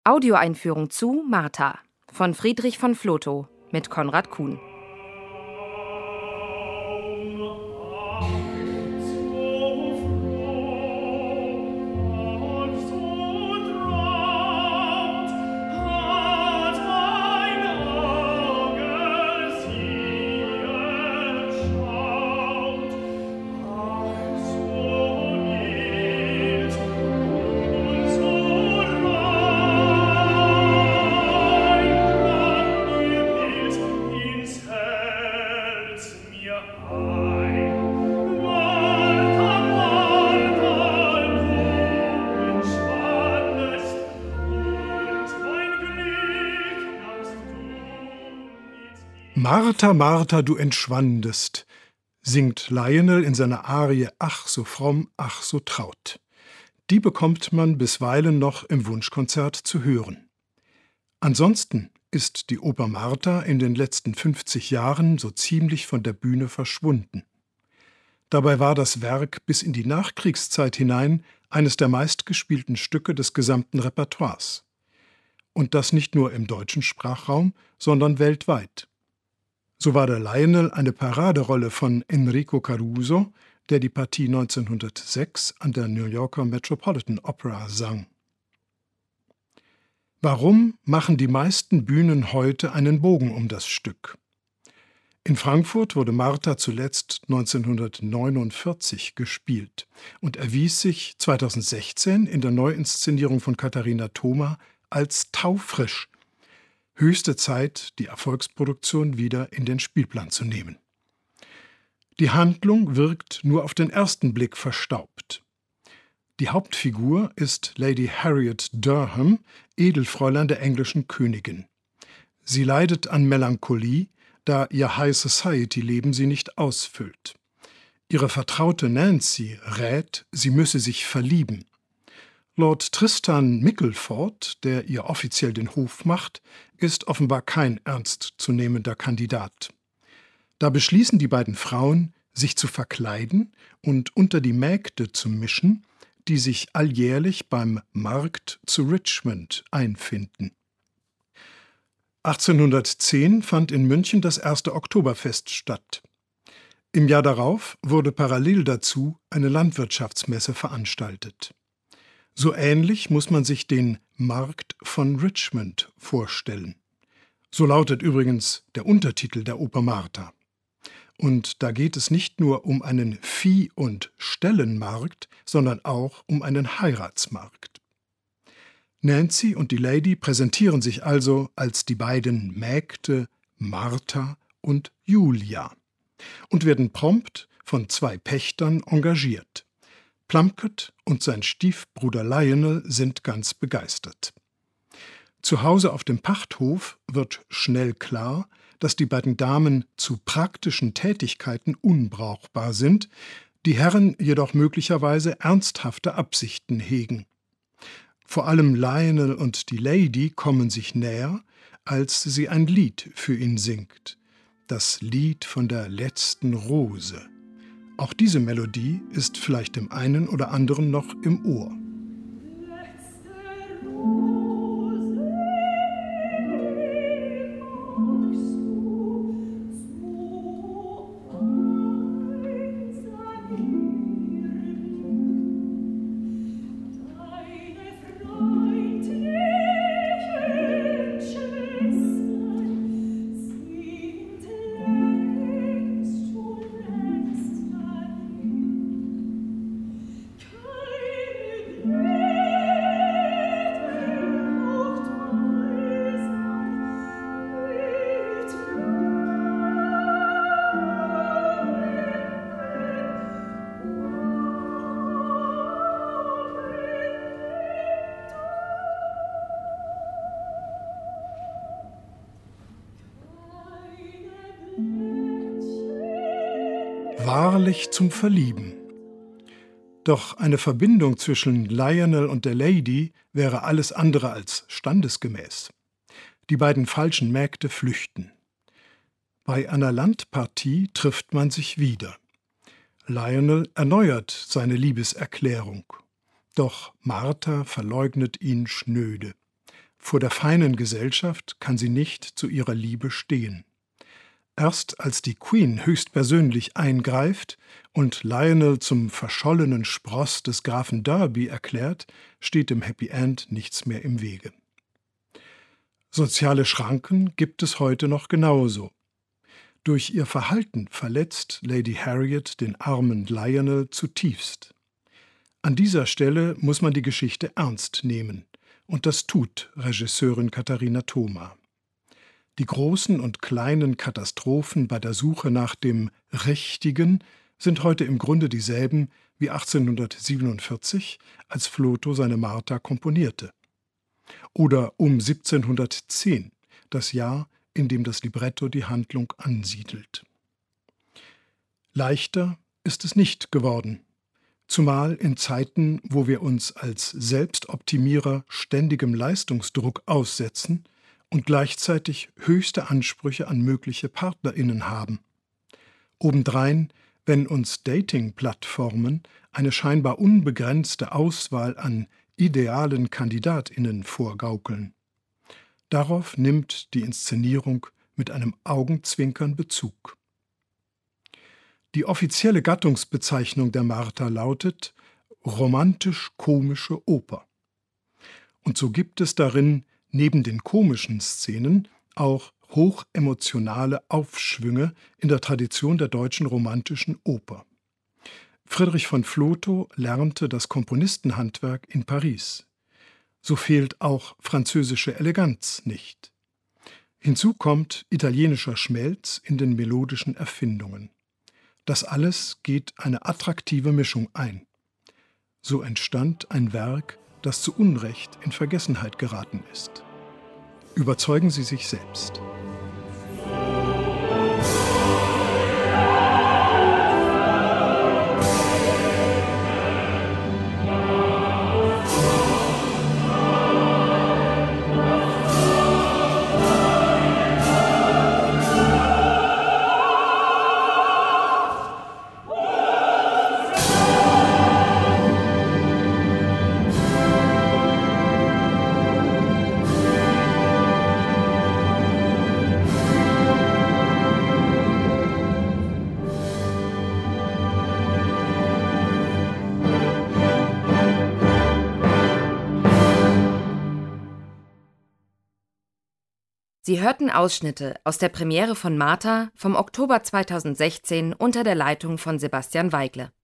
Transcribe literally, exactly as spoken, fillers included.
Audioeinführung zu Martha von Friedrich von Flotow mit Konrad Kuhn. Martha, Martha, du entschwandest, singt Lionel in seiner Arie »Ach so fromm, ach so traut«. Die bekommt man bisweilen noch im Wunschkonzert zu hören. Ansonsten ist die Oper Martha in den letzten fünfzig Jahren so ziemlich von der Bühne verschwunden. Dabei war das Werk bis in die Nachkriegszeit hinein eines der meistgespielten Stücke des gesamten Repertoires. Und das nicht nur im deutschen Sprachraum, sondern weltweit. So war der Lionel eine Paraderolle von Enrico Caruso, der die Partie neunzehnhundertsechs an der New Yorker Metropolitan Opera sang. Warum machen die meisten Bühnen heute einen Bogen um das Stück? In Frankfurt wurde Martha zuletzt neunzehnhundertneunundvierzig gespielt und erwies sich zweitausendsechzehn in der Neuinszenierung von Katharina Thoma als taufrisch. Höchste Zeit, die Erfolgsproduktion wieder in den Spielplan zu nehmen. Die Handlung wirkt nur auf den ersten Blick verstaubt. Die Hauptfigur ist Lady Harriet Durham, Edelfräulein der englischen Königin. Sie leidet an Melancholie, da ihr High-Society-Leben sie nicht ausfüllt. Ihre Vertraute Nancy rät, sie müsse sich verlieben. Lord Tristan Mickleford, der ihr offiziell den Hof macht, ist offenbar kein ernstzunehmender Kandidat. Da beschließen die beiden Frauen, sich zu verkleiden und unter die Mägde zu mischen, die sich alljährlich beim Markt zu Richmond einfinden. achtzehnhundertzehn fand in München das erste Oktoberfest statt. Im Jahr darauf wurde parallel dazu eine Landwirtschaftsmesse veranstaltet. So ähnlich muss man sich den Markt von Richmond vorstellen. So lautet übrigens der Untertitel der Oper Martha. Und da geht es nicht nur um einen Vieh- und Stellenmarkt, sondern auch um einen Heiratsmarkt. Nancy und die Lady präsentieren sich also als die beiden Mägde Martha und Julia und werden prompt von zwei Pächtern engagiert. Plumpket und sein Stiefbruder Lionel sind ganz begeistert. Zu Hause auf dem Pachthof wird schnell klar, dass die beiden Damen zu praktischen Tätigkeiten unbrauchbar sind, die Herren jedoch möglicherweise ernsthafte Absichten hegen. Vor allem Lionel und die Lady kommen sich näher, als sie ein Lied für ihn singt. Das Lied von der letzten Rose. Auch diese Melodie ist vielleicht dem einen oder anderen noch im Ohr. Wahrlich zum Verlieben. Doch eine Verbindung zwischen Lionel und der Lady wäre alles andere als standesgemäß. Die beiden falschen Mägde flüchten. Bei einer Landpartie trifft man sich wieder. Lionel erneuert seine Liebeserklärung. Doch Martha verleugnet ihn schnöde. Vor der feinen Gesellschaft kann sie nicht zu ihrer Liebe stehen. Erst als die Queen höchstpersönlich eingreift und Lionel zum verschollenen Spross des Grafen Derby erklärt, steht dem Happy End nichts mehr im Wege. Soziale Schranken gibt es heute noch genauso. Durch ihr Verhalten verletzt Lady Harriet den armen Lionel zutiefst. An dieser Stelle muss man die Geschichte ernst nehmen, und das tut Regisseurin Katharina Thoma. Die großen und kleinen Katastrophen bei der Suche nach dem Richtigen sind heute im Grunde dieselben wie achtzehnhundertsiebenundvierzig, als Flotow seine Martha komponierte. Oder um siebzehnhundertzehn, das Jahr, in dem das Libretto die Handlung ansiedelt. Leichter ist es nicht geworden, zumal in Zeiten, wo wir uns als Selbstoptimierer ständigem Leistungsdruck aussetzen und gleichzeitig höchste Ansprüche an mögliche PartnerInnen haben. Obendrein, wenn uns Dating-Plattformen eine scheinbar unbegrenzte Auswahl an idealen KandidatInnen vorgaukeln. Darauf nimmt die Inszenierung mit einem Augenzwinkern Bezug. Die offizielle Gattungsbezeichnung der Martha lautet romantisch-komische Oper. Und so gibt es darin neben den komischen Szenen auch hochemotionale Aufschwünge in der Tradition der deutschen romantischen Oper. Friedrich von Flotow lernte das Komponistenhandwerk in Paris. So fehlt auch französische Eleganz nicht. Hinzu kommt italienischer Schmelz in den melodischen Erfindungen. Das alles geht eine attraktive Mischung ein. So entstand ein Werk, das zu Unrecht in Vergessenheit geraten ist. Überzeugen Sie sich selbst. Sie hörten Ausschnitte aus der Premiere von Martha vom Oktober zweitausendsechzehn unter der Leitung von Sebastian Weigle.